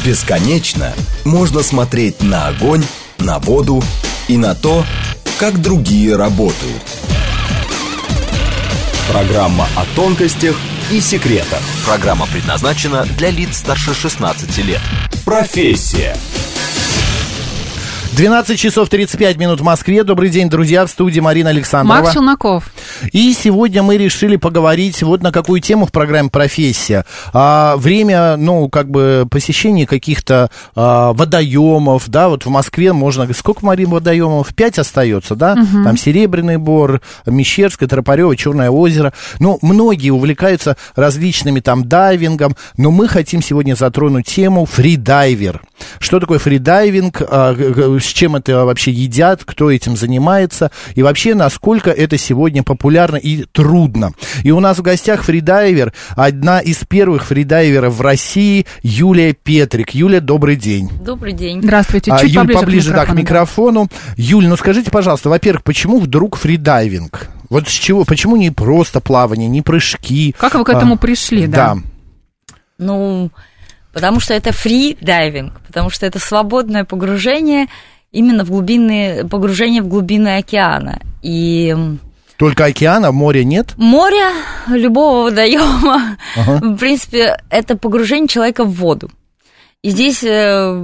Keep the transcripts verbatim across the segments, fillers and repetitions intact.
Бесконечно можно смотреть на огонь, на воду и на то, как другие работают. Программа о тонкостях и секретах. Программа предназначена для лиц старше шестнадцати лет. Профессия. двенадцать часов тридцать пять минут в Москве. Добрый день, друзья, в студии Марина Александрова. Макс Челноков. И сегодня мы решили поговорить вот на какую тему в программе «Профессия». А, время, ну, как бы посещения каких-то а, водоемов, да, вот в Москве можно... Сколько, Марин, водоемов? Пять остается, да? Угу. Там Серебряный Бор, Мещерское, Тропарево, Черное озеро. Ну, многие увлекаются различными там дайвингом, но мы хотим сегодня затронуть тему фридайвер. Что такое фридайвинг, а, с чем это вообще едят, кто этим занимается, и вообще, насколько это сегодня популярно и трудно. И у нас в гостях фридайвер, одна из первых фридайверов в России, Юлия Петрик. Юля, добрый день. Добрый день. Здравствуйте. Чуть а, Юль, поближе, поближе к да, к микрофону. Юль, ну скажите, пожалуйста, во-первых, почему вдруг фридайвинг? Вот с чего, почему не просто плавание, не прыжки? Как вы к этому а, пришли, да? Да. Ну, потому что это фридайвинг, потому что это свободное погружение, именно в глубины, погружение в глубины океана. И... Только океана, моря нет? Море, любого водоема, ага. В принципе, это погружение человека в воду. И здесь э,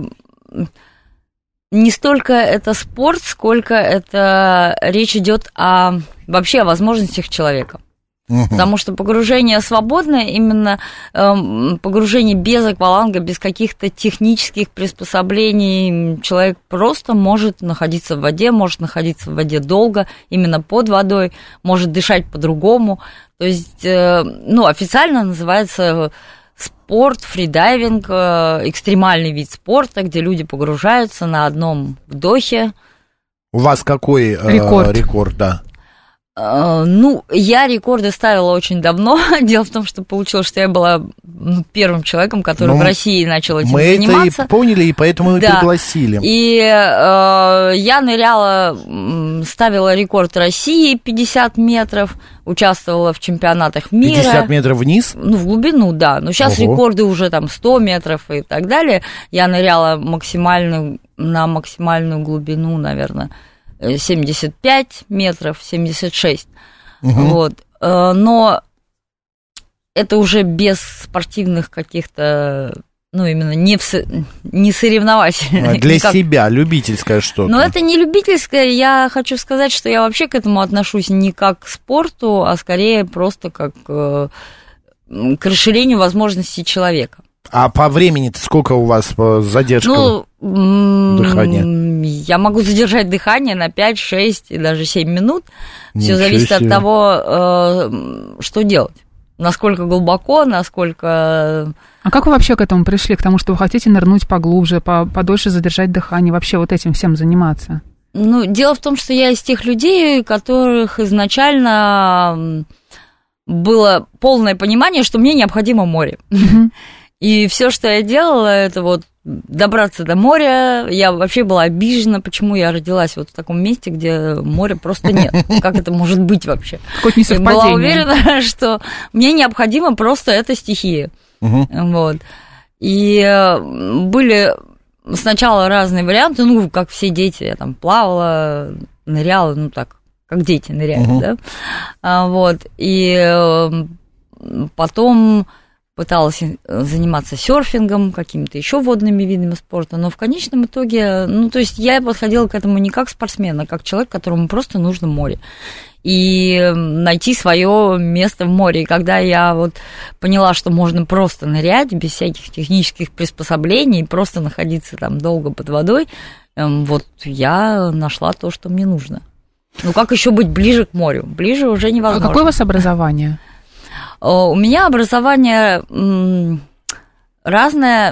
не столько это спорт, сколько это речь идет о, вообще о возможностях человека. Угу. Потому что погружение свободное, именно э, погружение без акваланга, без каких-то технических приспособлений, человек просто может находиться в воде, может находиться в воде долго, именно под водой, может дышать по-другому. То есть, э, ну, официально называется спорт, фридайвинг, э, экстремальный вид спорта, где люди погружаются на одном вдохе. У вас какой э, рекорд? рекорд, да? Ну, я рекорды ставила очень давно. Дело в том, что получилось, что я была первым человеком, который ну, в России начал этим мы заниматься. Мы это и поняли, и поэтому да. и пригласили. И э, я ныряла, ставила рекорд России пятьдесят метров, участвовала в чемпионатах мира. пятьдесят метров вниз? Ну, в глубину, да. Но сейчас Ого. Рекорды уже там сто метров и так далее. Я ныряла максимальную, на максимальную глубину, наверное, семьдесят пять метров, семьдесят шесть. Угу. Вот. Но это уже без спортивных каких-то, ну, именно не, в, не соревновательных. Для никак. себя, любительское что-то. Но это не любительское. Я хочу сказать, что я вообще к этому отношусь не как к спорту, а скорее просто как к расширению возможностей человека. А по времени-то сколько у вас задержка ну, дыхания? Я могу задержать дыхание на пять, шесть и даже семь минут. Все зависит себе. от того, что делать. Насколько глубоко, насколько... А как вы вообще к этому пришли? К тому, что вы хотите нырнуть поглубже, подольше задержать дыхание, вообще вот этим всем заниматься? Ну, дело в том, что я из тех людей, которых изначально было полное понимание, что мне необходимо море. Mm-hmm. И все, что я делала, это вот добраться до моря. Я вообще была обижена, почему я родилась вот в таком месте, где моря просто нет. Как это может быть вообще? Какое-то несовпадение. Я была уверена, что мне необходимо просто эта стихия. Угу. Вот. И были сначала разные варианты, ну, как все дети, я там плавала, ныряла, ну, так, как дети ныряют, угу. да? А, вот. И потом... пыталась заниматься серфингом, какими-то еще водными видами спорта, но в конечном итоге, ну, то есть я подходила к этому не как спортсмен, а как человек, которому просто нужно море. И найти свое место в море. И когда я вот поняла, что можно просто нырять без всяких технических приспособлений, просто находиться там долго под водой, вот я нашла то, что мне нужно. Ну, как еще быть ближе к морю? Ближе уже невозможно. А какое у вас образование? У меня образование разное.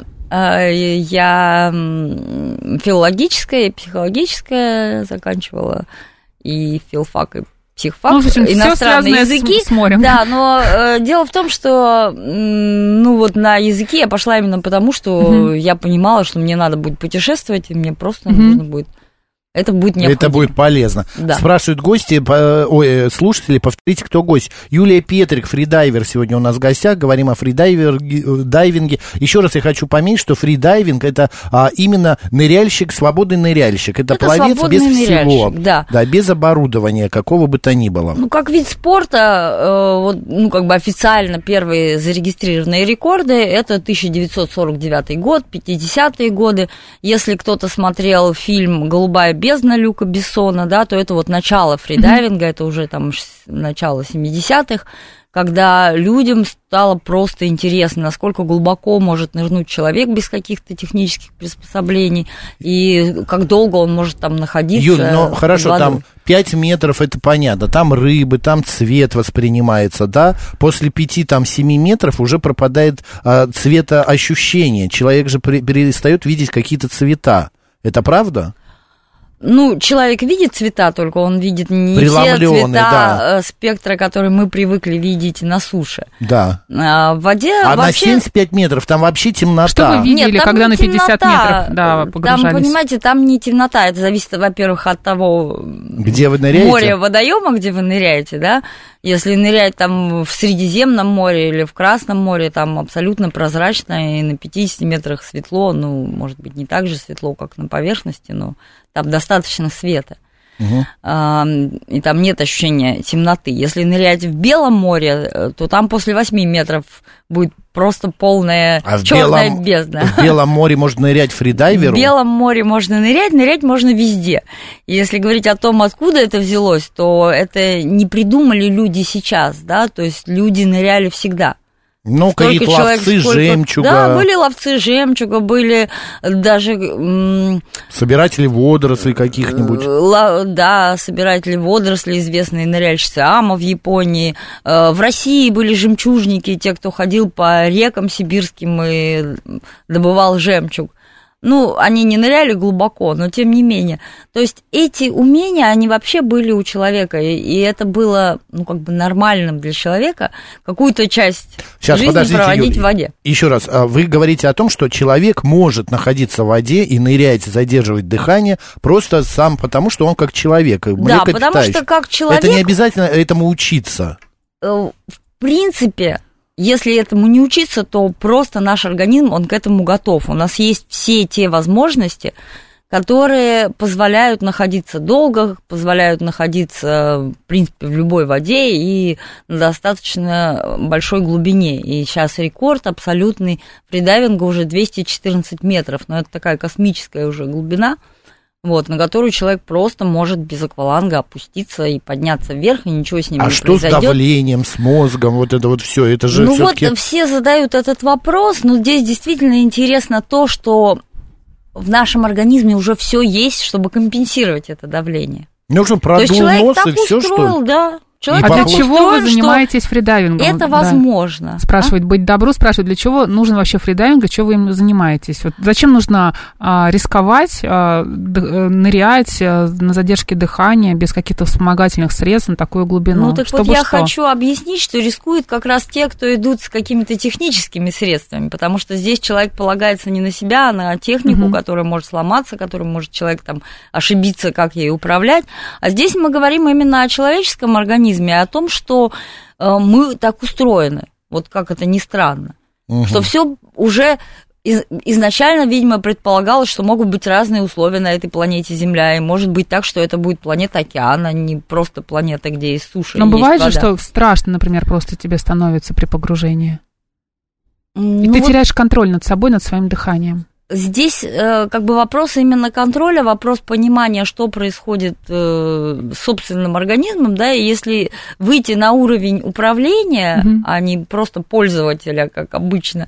Я филологическое и психологическое заканчивала, и филфак, и психфак, ну, общем, иностранные языки. С, с морем. Да, но э, дело в том, что ну вот на языки я пошла именно потому, что uh-huh. я понимала, что мне надо будет путешествовать, и мне просто uh-huh. нужно будет Это будет необходимо. Это будет полезно. Да. Спрашивают гости, ой, слушатели, повторите, кто гость. Юлия Петрик, фридайвер, сегодня у нас в гостях. Говорим о фридайвинге. Еще раз я хочу пометить, что фридайвинг — это а, именно ныряльщик, свободный ныряльщик. Это, это пловец без всего. Да. Да, без оборудования, какого бы то ни было. Ну, как вид спорта, э, вот, ну, как бы официально первые зарегистрированные рекорды — это тысяча девятьсот сорок девятый год, пятидесятые годы. Если кто-то смотрел фильм «Голубая бездна» Люка Бессона, да, то это вот начало фридайвинга, mm-hmm. это уже там начало семидесятых, когда людям стало просто интересно, насколько глубоко может нырнуть человек без каких-то технических приспособлений, и как долго он может там находиться. Юль, ну хорошо, там пять метров, это понятно, там рыбы, там цвет воспринимается, да, после пяти-семи метров уже пропадает а, цветоощущение, человек же при, перестает видеть какие-то цвета, это правда? Ну, человек видит цвета, только он видит не те цвета да. спектра, которые мы привыкли видеть на суше. Да. А в воде а вообще... на семьдесят пять метров там вообще темнота. Что вы видели, Нет, когда на пятьдесят темнота. метров да, погружались? Там, понимаете, там не темнота. Это зависит, во-первых, от того... Где вы ныряете? Море, водоема, где вы ныряете, да. Если нырять там в Средиземном море или в Красном море, там абсолютно прозрачно, и на пятидесяти метрах светло, ну, может быть, не так же светло, как на поверхности, но там достаточно света. Угу. А, и там нет ощущения темноты. Если нырять в Белом море, то там после восьми метров будет просто полная а черная белом, бездна. В Белом море можно нырять фридайверу? В Белом море можно нырять, нырять можно везде. И если говорить о том, откуда это взялось, то это не придумали люди сейчас, да, то есть люди ныряли всегда. Ну, какие-то ловцы сколько... жемчуга. Да, были ловцы жемчуга, были даже... М- собиратели водорослей каких-нибудь. Л- да, собиратели водорослей, известные ныряльщицы Ама в Японии. В России были жемчужники, те, кто ходил по рекам сибирским и добывал жемчуг. Ну, они не ныряли глубоко, но тем не менее. То есть эти умения, они вообще были у человека, и это было, ну, как бы нормальным для человека какую-то часть Сейчас, жизни подождите, проводить Юль, в воде. Еще раз, вы говорите о том, что человек может находиться в воде и нырять, задерживать дыхание, просто сам потому, что он как человек, да, потому что как человек... Это не обязательно этому учиться. В принципе... Если этому не учиться, то просто наш организм, он к этому готов. У нас есть все те возможности, которые позволяют находиться долго, позволяют находиться, в принципе, в любой воде и на достаточно большой глубине. И сейчас рекорд абсолютный фридайвинга уже двести четырнадцать метров, но это такая космическая уже глубина. Вот, на которую человек просто может без акваланга опуститься и подняться вверх, и ничего с ним а не что произойдет. А что с давлением, с мозгом, вот это вот все, это же Ну всё-таки... вот все задают этот вопрос, но здесь действительно интересно то, что в нашем организме уже все есть, чтобы компенсировать это давление. Ну что, продул нос и все, что ли? Да. Человек а для устроен, чего вы занимаетесь фридайвингом? Это да. возможно. Спрашивают, а? быть добру, спрашивают, для чего нужен вообще фридайвинг, для чего вы им занимаетесь? Вот зачем нужно а, рисковать, а, д, нырять а, на задержке дыхания без каких-то вспомогательных средств на такую глубину? Ну так Чтобы вот я что? хочу объяснить, что рискуют как раз те, кто идут с какими-то техническими средствами, потому что здесь человек полагается не на себя, а на технику, угу. которая может сломаться, которой может человек там ошибиться, как ей управлять. А здесь мы говорим именно о человеческом организме, о том, что э, мы так устроены, вот как это ни странно, угу. что все уже из, изначально, видимо, предполагалось, что могут быть разные условия на этой планете Земля, и может быть так, что это будет планета океана, не просто планета, где есть суша. Но и бывает есть же, вода. что страшно, например, просто тебе становится при погружении, ну, и ты вот... теряешь контроль над собой, над своим дыханием. Здесь э, как бы вопрос именно контроля, вопрос понимания, что происходит э, с собственным организмом, да, и если выйти на уровень управления, mm-hmm. а не просто пользователя, как обычно,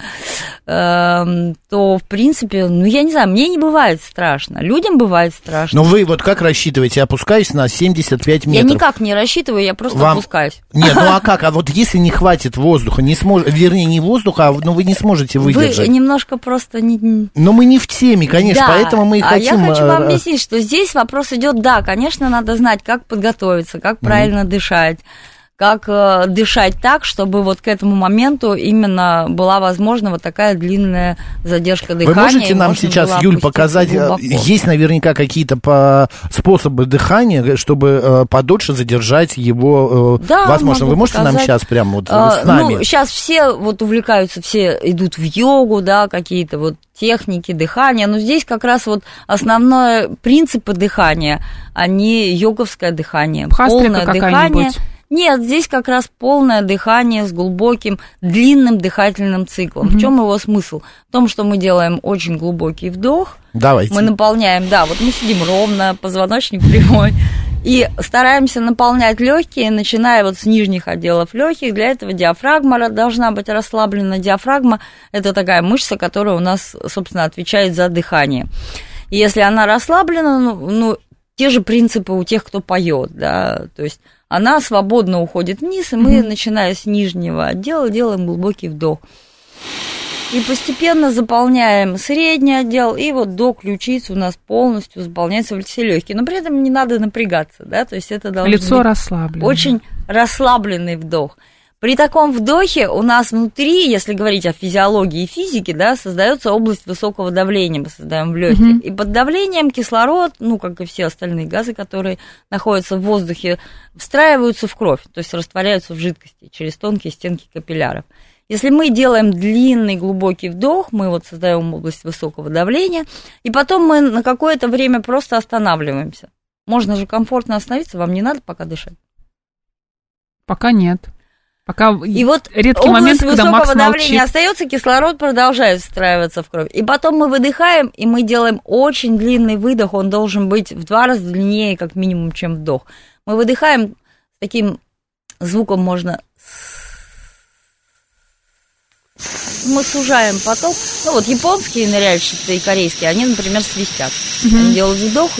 э, то, в принципе, ну, я не знаю, мне не бывает страшно, людям бывает страшно. Но вы вот как рассчитываете, опускаясь на семьдесят пять метров? Я никак не рассчитываю, я просто Вам... опускаюсь. Нет, ну а как, а вот если не хватит воздуха, не смож... вернее, не воздуха, а ну, вы не сможете выдержать. Вы немножко просто не... Но мы не в теме, конечно, да, поэтому мы и хотим... А я хочу вам объяснить, что здесь вопрос идет, да, конечно, надо знать, как подготовиться, как правильно mm-hmm. дышать, как э, дышать так, чтобы вот к этому моменту именно была возможна вот такая длинная задержка дыхания. Вы можете нам сейчас, Юль, показать, глубоко. Есть наверняка какие-то по способы дыхания, чтобы э, подольше задержать его, э, да, возможно. Вы можете показать. нам сейчас прямо вот а, с нами? Ну, сейчас все вот увлекаются, все идут в йогу, да, какие-то вот техники дыхания, но здесь как раз вот основное принципы дыхания, они йоговское дыхание, полное дыхание. Нет, здесь как раз полное дыхание с глубоким, длинным дыхательным циклом. Mm-hmm. В чем его смысл? В том, что мы делаем очень глубокий вдох. Давайте. Мы наполняем, да, вот мы сидим ровно, позвоночник прямой, и стараемся наполнять легкие, начиная вот с нижних отделов легких. Для этого диафрагма должна быть расслаблена. Диафрагма – это такая мышца, которая у нас, собственно, отвечает за дыхание. И если она расслаблена, ну, ну те же принципы у тех, кто поет, да, то есть она свободно уходит вниз, и мы, mm-hmm. начиная с нижнего отдела, делаем глубокий вдох. И постепенно заполняем средний отдел, и вот до ключиц у нас полностью заполняются все легкие. Но при этом не надо напрягаться, да, то есть это должно Лицо быть расслаблено. Очень расслабленный вдох. При таком вдохе у нас внутри, если говорить о физиологии и физике, да, создается область высокого давления, мы создаем в легких. Mm-hmm. И под давлением кислород, ну, как и все остальные газы, которые находятся в воздухе, встраиваются в кровь, то есть растворяются в жидкости через тонкие стенки капилляров. Если мы делаем длинный глубокий вдох, мы вот создаем область высокого давления, и потом мы на какое-то время просто останавливаемся. Можно же комфортно остановиться, вам не надо пока дышать? Пока нет. Пока и вот редкий момент, когда Макс высокого молчит. давления остается, кислород продолжает встраиваться в кровь. И потом мы выдыхаем, и мы делаем очень длинный выдох, он должен быть в два раза длиннее, как минимум, чем вдох. Мы выдыхаем с таким звуком, можно... Мы сужаем поток. Ну вот японские ныряльщицы и корейские, они, например, свистят. Mm-hmm. Они делают вдох и...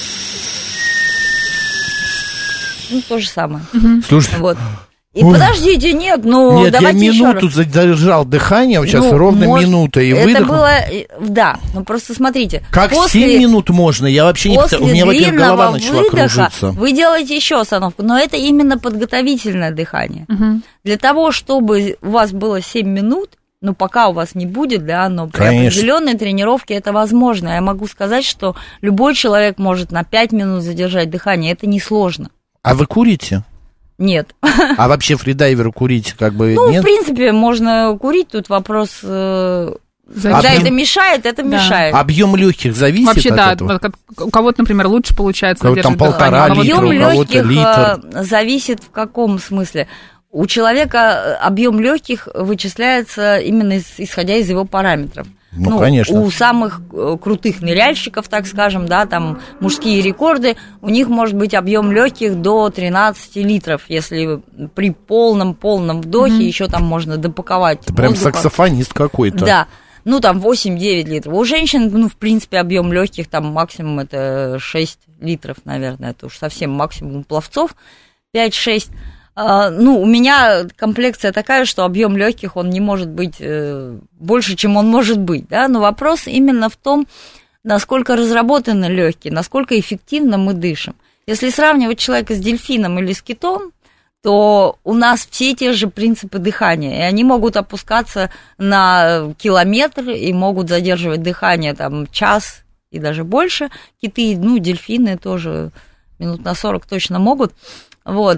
Ну, то же самое. Mm-hmm. Слушай... Вот. И Ой. Подождите, нет, ну нет, давайте я минуту еще раз. задержал дыхание, вот сейчас ну, ровно может, минута, и это выдохнул. было, да, ну просто смотрите. Как после, семь минут можно? Я вообще не представляю, у меня, во-первых, голова начала кружиться. Вы делаете еще остановку, но это именно подготовительное дыхание. Угу. Для того, чтобы у вас было семь минут, ну пока у вас не будет, да, но при Конечно. определенной тренировке это возможно. Я могу сказать, что любой человек может на пять минут задержать дыхание, это несложно. А вы курите? Нет. А вообще фридайверу курить как бы ну, нет? в принципе, можно курить, тут вопрос, э, когда Объем... это мешает, это да. мешает. Объем легких зависит вообще, от да, этого? У кого-то, например, лучше получается. У кого-то там полтора литра, объем у кого-то легких литр. Зависит в каком смысле? У человека объем легких вычисляется именно исходя из его параметров. Ну, ну, конечно. У самых крутых ныряльщиков, так скажем, да, там мужские рекорды, у них может быть объем легких до тринадцати литров, если при полном полном вдохе mm-hmm. еще там можно допаковать. Это прям саксофонист какой-то. Да. Ну, там восемь-девять литров. У женщин, ну, в принципе, объем легких там максимум это шесть литров, наверное, это уж совсем максимум у пловцов, пять-шесть. Ну, у меня комплекция такая, что объем легких, он не может быть больше, чем он может быть, да, но вопрос именно в том, насколько разработаны легкие, насколько эффективно мы дышим. Если сравнивать человека с дельфином или с китом, то у нас все те же принципы дыхания, и они могут опускаться на километр и могут задерживать дыхание там час и даже больше. Киты, ну, дельфины тоже минут на сорок точно могут, вот.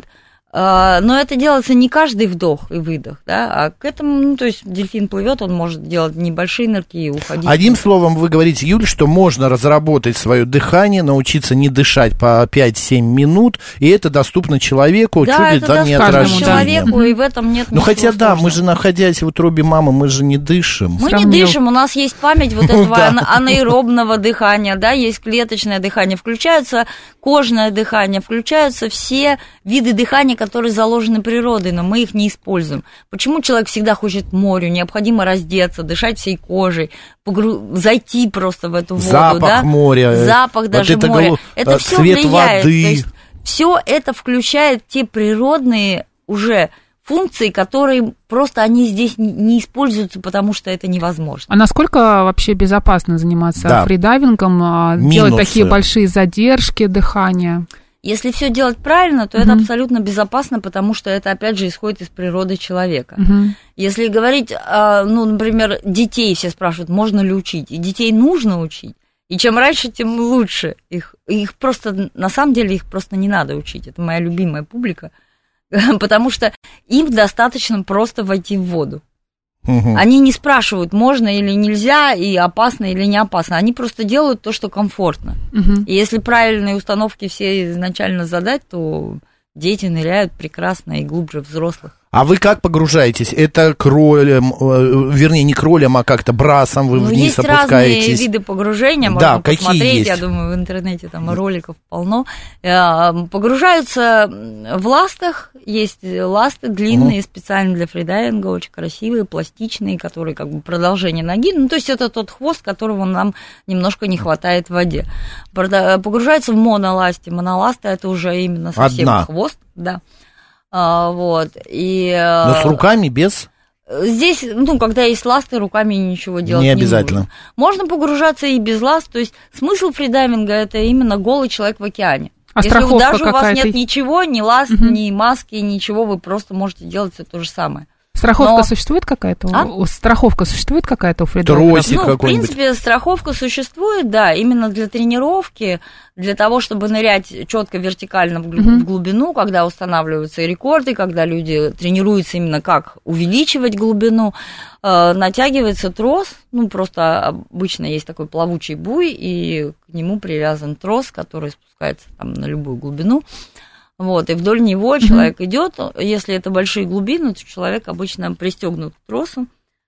Но это делается не каждый вдох и выдох, да, а к этому, ну, то есть дельфин плывет, он может делать небольшие нырки и уходить. Одним словом, вы говорите, Юль, что можно разработать свое дыхание, научиться не дышать по пять-семь минут, и это доступно человеку, да, чуть ли там не от рождения. Человеку, и в этом нет Ну, хотя, да, сложного. мы же, находясь в утробе мамы, мы же не дышим. Мы Сравнил. не дышим, у нас есть память вот этого анаэробного дыхания, да, есть клеточное дыхание, включаются кожное дыхание, включаются все виды дыхания, которые заложены природой, но мы их не используем. Почему человек всегда хочет к морю, необходимо раздеться, дышать всей кожей, погру... зайти просто в эту воду, запах да? моря, запах даже вот это моря. Гол... Это все цвет влияет. воды. То есть все это включает те природные уже функции, которые просто они здесь не используются, потому что это невозможно. А насколько вообще безопасно заниматься да. фридайвингом, Минусы. делать такие большие задержки дыхания? Если все делать правильно, то mm-hmm. это абсолютно безопасно, потому что это, опять же, исходит из природы человека. Mm-hmm. Если говорить, ну, например, детей все спрашивают, можно ли учить, и детей нужно учить, и чем раньше, тем лучше. Их, их просто, на самом деле, их просто не надо учить. Это моя любимая публика, потому что им достаточно просто войти в воду. Угу. Они не спрашивают, можно или нельзя, и опасно или не опасно. Они просто делают то, что комфортно. Угу. И если правильные установки все изначально задать, то дети ныряют прекрасно и глубже взрослых. А вы как погружаетесь? Это кролем, вернее, не кролем, а как-то брасом вы ну, вниз опускаетесь? Есть разные виды погружения, можно да, посмотреть, есть? Я думаю, в интернете там роликов полно. Погружаются в ластах, есть ласты длинные, угу. специально для фридайвинга, очень красивые, пластичные, которые как бы продолжение ноги, ну, то есть это тот хвост, которого нам немножко не хватает в воде. Погружаются в моноласте, моноласта это уже именно совсем Одна. хвост, да. А, вот, и... Но с руками без? Здесь, ну, когда есть ласты, руками ничего делать не, не обязательно. Нужно. Можно погружаться и без ласт, то есть смысл фридайвинга – это именно голый человек в океане. А Если страховка даже у вас какая-то? нет ничего, ни ласт, угу. ни маски, ничего, вы просто можете делать все то же самое. Страховка Но... существует какая-то? А? Страховка существует какая-то у фридайверов? Тросик ну, какой-нибудь. В принципе, страховка существует, да, именно для тренировки, для того, чтобы нырять четко вертикально в глубину, mm-hmm. когда устанавливаются рекорды, когда люди тренируются именно как увеличивать глубину, э, натягивается трос, ну, просто обычно есть такой плавучий буй, и к нему привязан трос, который спускается там на любую глубину. Вот, и вдоль него mm-hmm. человек идет. Если это большие глубины, то человек обычно пристегнут к тросу,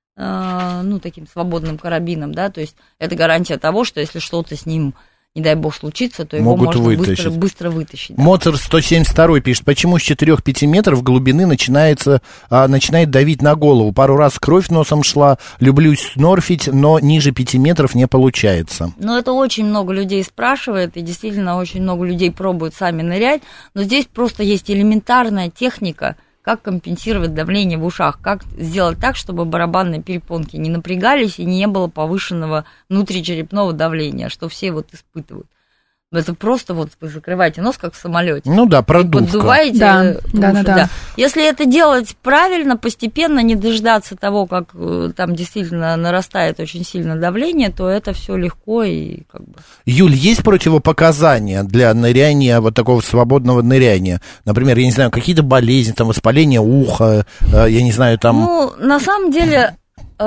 э, ну, таким свободным карабином, да, то есть это гарантия того, что если что-то с ним, не дай бог, случится, то его Могут можно вытащить. быстро, быстро вытащить. Да. Моцарт сто семьдесят два пишет, почему с четыре-пять метров глубины начинается, а, начинает давить на голову. Пару раз кровь носом шла, люблю снорфить, но ниже пяти метров не получается. Ну, это очень много людей спрашивает, и действительно очень много людей пробуют сами нырять, но здесь просто есть элементарная техника, как компенсировать давление в ушах, как сделать так, чтобы барабанные перепонки не напрягались и не было повышенного внутричерепного давления, что все вот испытывают. Это просто вот вы закрываете нос, как в самолете. Ну да, продувка. Поддуваете. Да, уши, да, да, да. Если это делать правильно, постепенно, не дождаться того, как там действительно нарастает очень сильно давление, то это все легко и как бы... Юль, есть противопоказания для ныряния, вот такого свободного ныряния? Например, я не знаю, какие-то болезни, там, воспаление уха, я не знаю, там... Ну, на самом деле...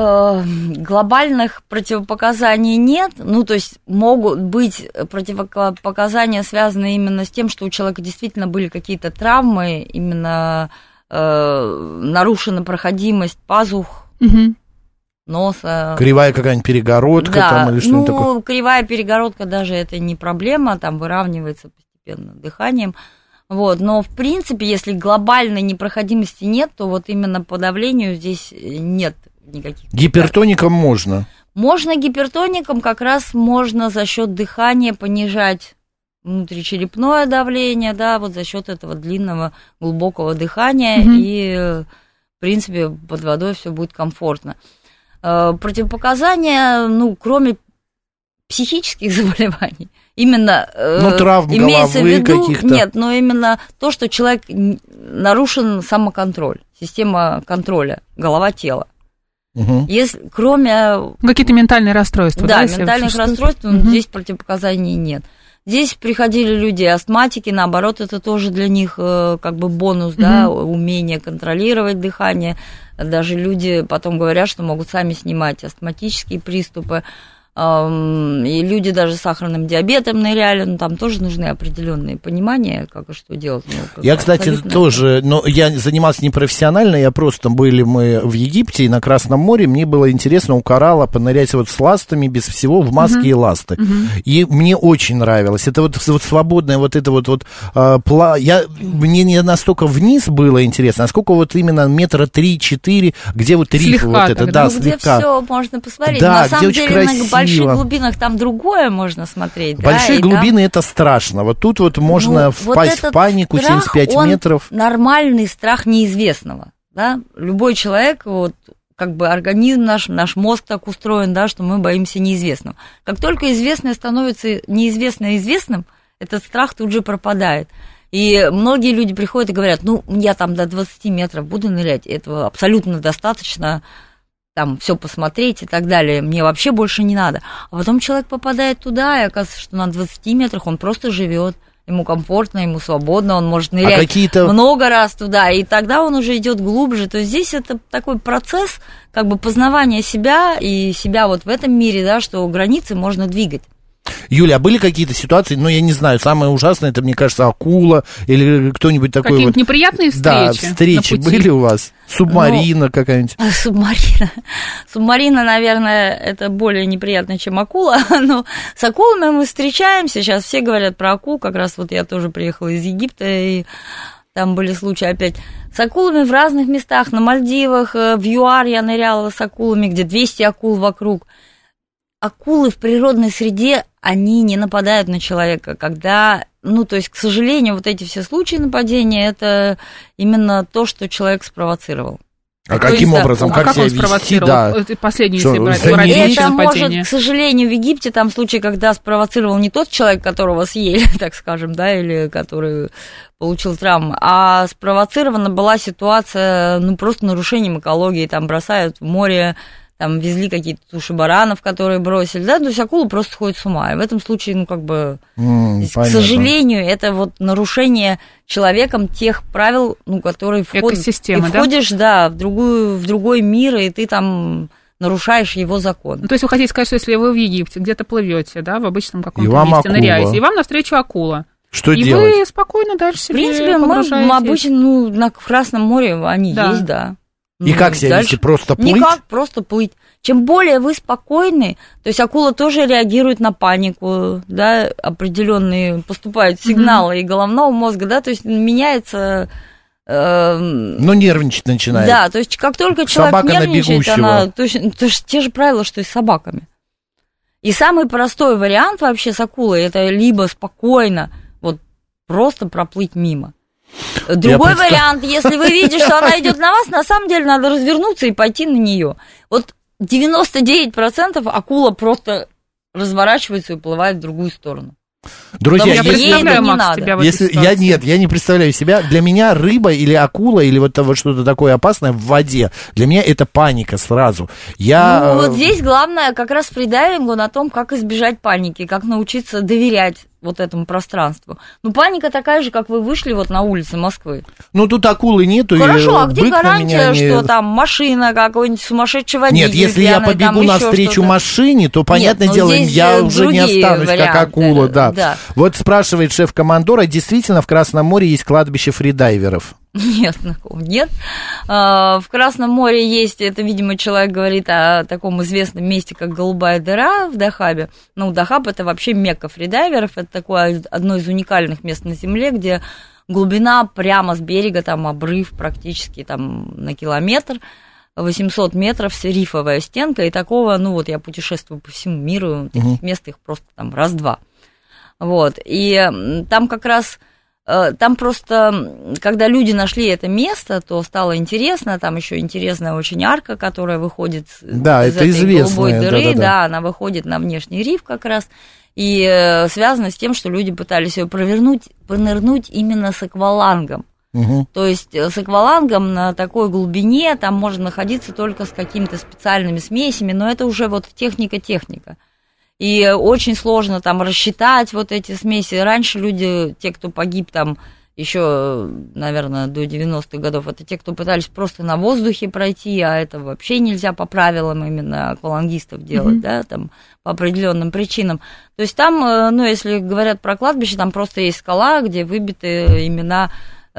глобальных противопоказаний нет, ну, то есть могут быть противопоказания, связанные именно с тем, что у человека действительно были какие-то травмы, именно э, нарушена проходимость пазух, угу. носа. Кривая какая-нибудь перегородка да, там или что-нибудь ну, такое? Ну, кривая перегородка даже это не проблема, там выравнивается постепенно дыханием. Вот, но, в принципе, если глобальной непроходимости нет, то вот именно по давлению здесь нет никаких. Гипертоником можно? Можно гипертоником, как раз можно за счет дыхания понижать внутричерепное давление, да, вот за счет этого длинного глубокого дыхания, угу. и, в принципе, под водой все будет комфортно. Противопоказания, ну, кроме психических заболеваний, именно ну, травм имеется головы в виду, каких-то. Нет, но именно то, что человек нарушен самоконтроль, система контроля, голова-тело. Угу. Если, кроме... Какие-то ментальные расстройства, да? Да, ментальных расстройств, угу. здесь противопоказаний нет. Здесь приходили люди астматики, наоборот, это тоже для них как бы бонус, угу. да, умение контролировать дыхание. Даже люди потом говорят, что могут сами снимать астматические приступы. И люди даже с сахарным диабетом ныряли, но там тоже нужны определенные понимания, как и что делать. Ну, как я, кстати, тоже, но я занимался непрофессионально, я просто, были мы в Египте и на Красном море, мне было интересно у коралла понырять вот с ластами, без всего, в маске uh-huh. и ласты. Uh-huh. И мне очень нравилось. Это вот, вот свободное, вот это вот, вот а, пла... я, мне не настолько вниз было интересно, а сколько вот именно метра три-четыре, где вот риф вот это, да, ну, слегка. Где все можно посмотреть. Да, на самом деле, на в больших глубинах там другое можно смотреть. Большие да, глубины там... это страшно. Вот тут вот можно ну, впасть вот в панику, страх, семьдесят пять метров. Нормальный страх неизвестного. Да? Любой человек, вот, как бы организм наш, наш мозг так устроен, да, что мы боимся неизвестного. Как только известное становится неизвестно известным, этот страх тут же пропадает. И многие люди приходят и говорят, ну, я там до двадцати метров буду нырять, этого абсолютно достаточно, там, все посмотреть и так далее, мне вообще больше не надо. А потом человек попадает туда, и оказывается, что на двадцати метрах он просто живет, ему комфортно, ему свободно, он может нырять а какие-то... много раз туда, и тогда он уже идет глубже. То есть здесь это такой процесс как бы познавания себя и себя вот в этом мире, да, что границы можно двигать. Юля, а были какие-то ситуации, ну, я не знаю, самое ужасное, это, мне кажется, акула или кто-нибудь такой Какие-нибудь вот... неприятные встречи? Да, встречи были у вас? Субмарина ну, какая-нибудь? Субмарина. Субмарина, наверное, это более неприятно, чем акула, но с акулами мы встречаемся, сейчас все говорят про акул, как раз вот я тоже приехала из Египта, и там были случаи опять с акулами в разных местах, на Мальдивах, в ЮАР я ныряла с акулами, где двести акул вокруг. Акулы в природной среде, они не нападают на человека, когда, ну, то есть, к сожалению, вот эти все случаи нападения, это именно то, что человек спровоцировал. А то каким есть, образом, а как, как себя он спровоцировал? Да. Последний, что, если брать, это может, к сожалению, в Египте там случай, когда спровоцировал не тот человек, которого съели, так скажем, да, или который получил травму, а спровоцирована была ситуация, ну, просто нарушением экологии, там бросают в море, там везли какие-то туши баранов, которые бросили, да, то есть акула просто сходит с ума. И в этом случае, ну, как бы, mm, к понятно. сожалению, это вот нарушение человеком тех правил, ну, которые входят. Ты входишь, да, да в, другую, в другой мир, и ты там нарушаешь его закон. Ну, то есть вы хотите сказать, что если вы в Египте где-то плывете, да, в обычном каком-то месте ныряете, и вам навстречу акула. Что и делать? И вы спокойно дальше себе В принципе, мы обычно, ну, на Красном море они да. есть, да. И ну, как себя вести? Просто плыть? Никак, просто плыть. Чем более вы спокойны, то есть акула тоже реагирует на панику, да, определенные поступают сигналы mm-hmm. и головного мозга, да, то есть меняется... Э, ну, нервничать начинает. Да, то есть как только человек Собака нервничает, она... То есть, то есть те же правила, что и с собаками. И самый простой вариант вообще с акулой, это либо спокойно, вот просто проплыть мимо. Другой представ... вариант, если вы видите, что она идет на вас, на самом деле надо развернуться и пойти на нее. Вот девяносто девять процентов акула просто разворачивается и уплывает в другую сторону. Друзья, я представляю, Макс, надо. тебя в если этой я нет, я не представляю себя. Для меня рыба или акула или вот, вот что-то такое опасное в воде, для меня это паника сразу. Я... Ну, вот здесь главное как раз фридайвингу на том, как избежать паники, как научиться доверять вот этому пространству. Ну, паника такая же, как вы вышли вот на улице Москвы. Ну, тут акулы нету. Хорошо, а где гарантия, не... что там машина какой-нибудь сумасшедший водитель? Нет, если пьяный, я побегу навстречу что-то... машине, то, понятное Нет, дело, я уже не останусь варианты, как акула. Да. Да. Вот спрашивает шеф-командора, действительно в Красном море есть кладбище фридайверов? Нет, нет. В Красном море есть, это, видимо, человек говорит о таком известном месте, как Голубая дыра в Дахабе. Ну, Дахаб – это вообще мекка фридайверов, это такое одно из уникальных мест на Земле, где глубина прямо с берега, там обрыв практически там на километр, восемьсот метров, рифовая стенка, и такого, ну вот я путешествую по всему миру, таких uh-huh. мест их просто там раз-два. Вот, и там как раз... Там просто, когда люди нашли это место, то стало интересно, там еще интересная очень арка, которая выходит да, из это этой голубой дыры, да, да, да. да, она выходит на внешний риф как раз, и связано с тем, что люди пытались ее провернуть, понырнуть именно с аквалангом. Угу. То есть с аквалангом на такой глубине там можно находиться только с какими-то специальными смесями, но это уже вот техника-техника. И очень сложно там рассчитать вот эти смеси. Раньше люди, те, кто погиб там еще, наверное, до девяностых годов, это те, кто пытались просто на воздухе пройти, а это вообще нельзя по правилам именно аквалангистов делать, mm-hmm. да, там по определенным причинам. То есть там, ну, если говорят про кладбище, там просто есть скала, где выбиты имена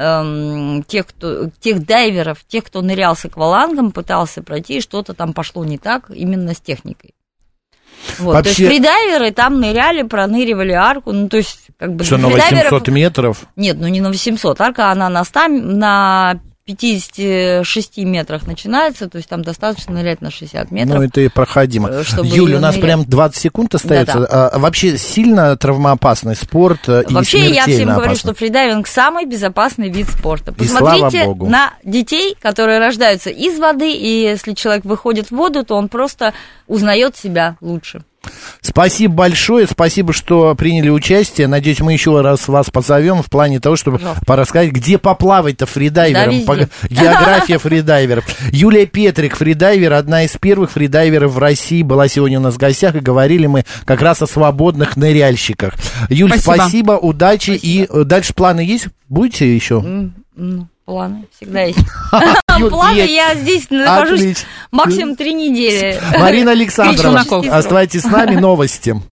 эм, тех, кто, тех дайверов, тех, кто нырял с аквалангом, пытался пройти, и что-то там пошло не так именно с техникой. Вот, Вообще... То есть фридайверы там ныряли, проныривали арку, ну, то есть, как бы... Что, на восемьсот метров? Нет, ну, не на восемьсот, арка, она на, ста, на пятидесяти шести метрах начинается, то есть там достаточно нырять на шестьдесят метров. Ну, это и проходимо. Юля, у нас нырять. Прям двадцать секунд остается. Да-да. А, вообще вообще травмоопасный спорт и вообще я всем опасный. Говорю, что фридайвинг самый безопасный вид спорта. Посмотрите на детей, которые рождаются из воды, и если человек выходит в воду, то он просто узнает себя лучше. Спасибо большое, спасибо, что приняли участие. Надеюсь, мы еще раз вас позовем в плане того, чтобы Пожалуйста. порассказать, где поплавать-то фридайвером, да, по... география фридайверов. Юлия Петрик, фридайвер, одна из первых фридайверов в России, была сегодня у нас в гостях, и говорили мы как раз о свободных ныряльщиках. Юль, спасибо, спасибо удачи, спасибо. И дальше планы есть? Будете еще? Mm-hmm. Планы всегда есть. Планы, я здесь нахожусь максимум три недели. Марина Александровна, оставайтесь с нами, новости.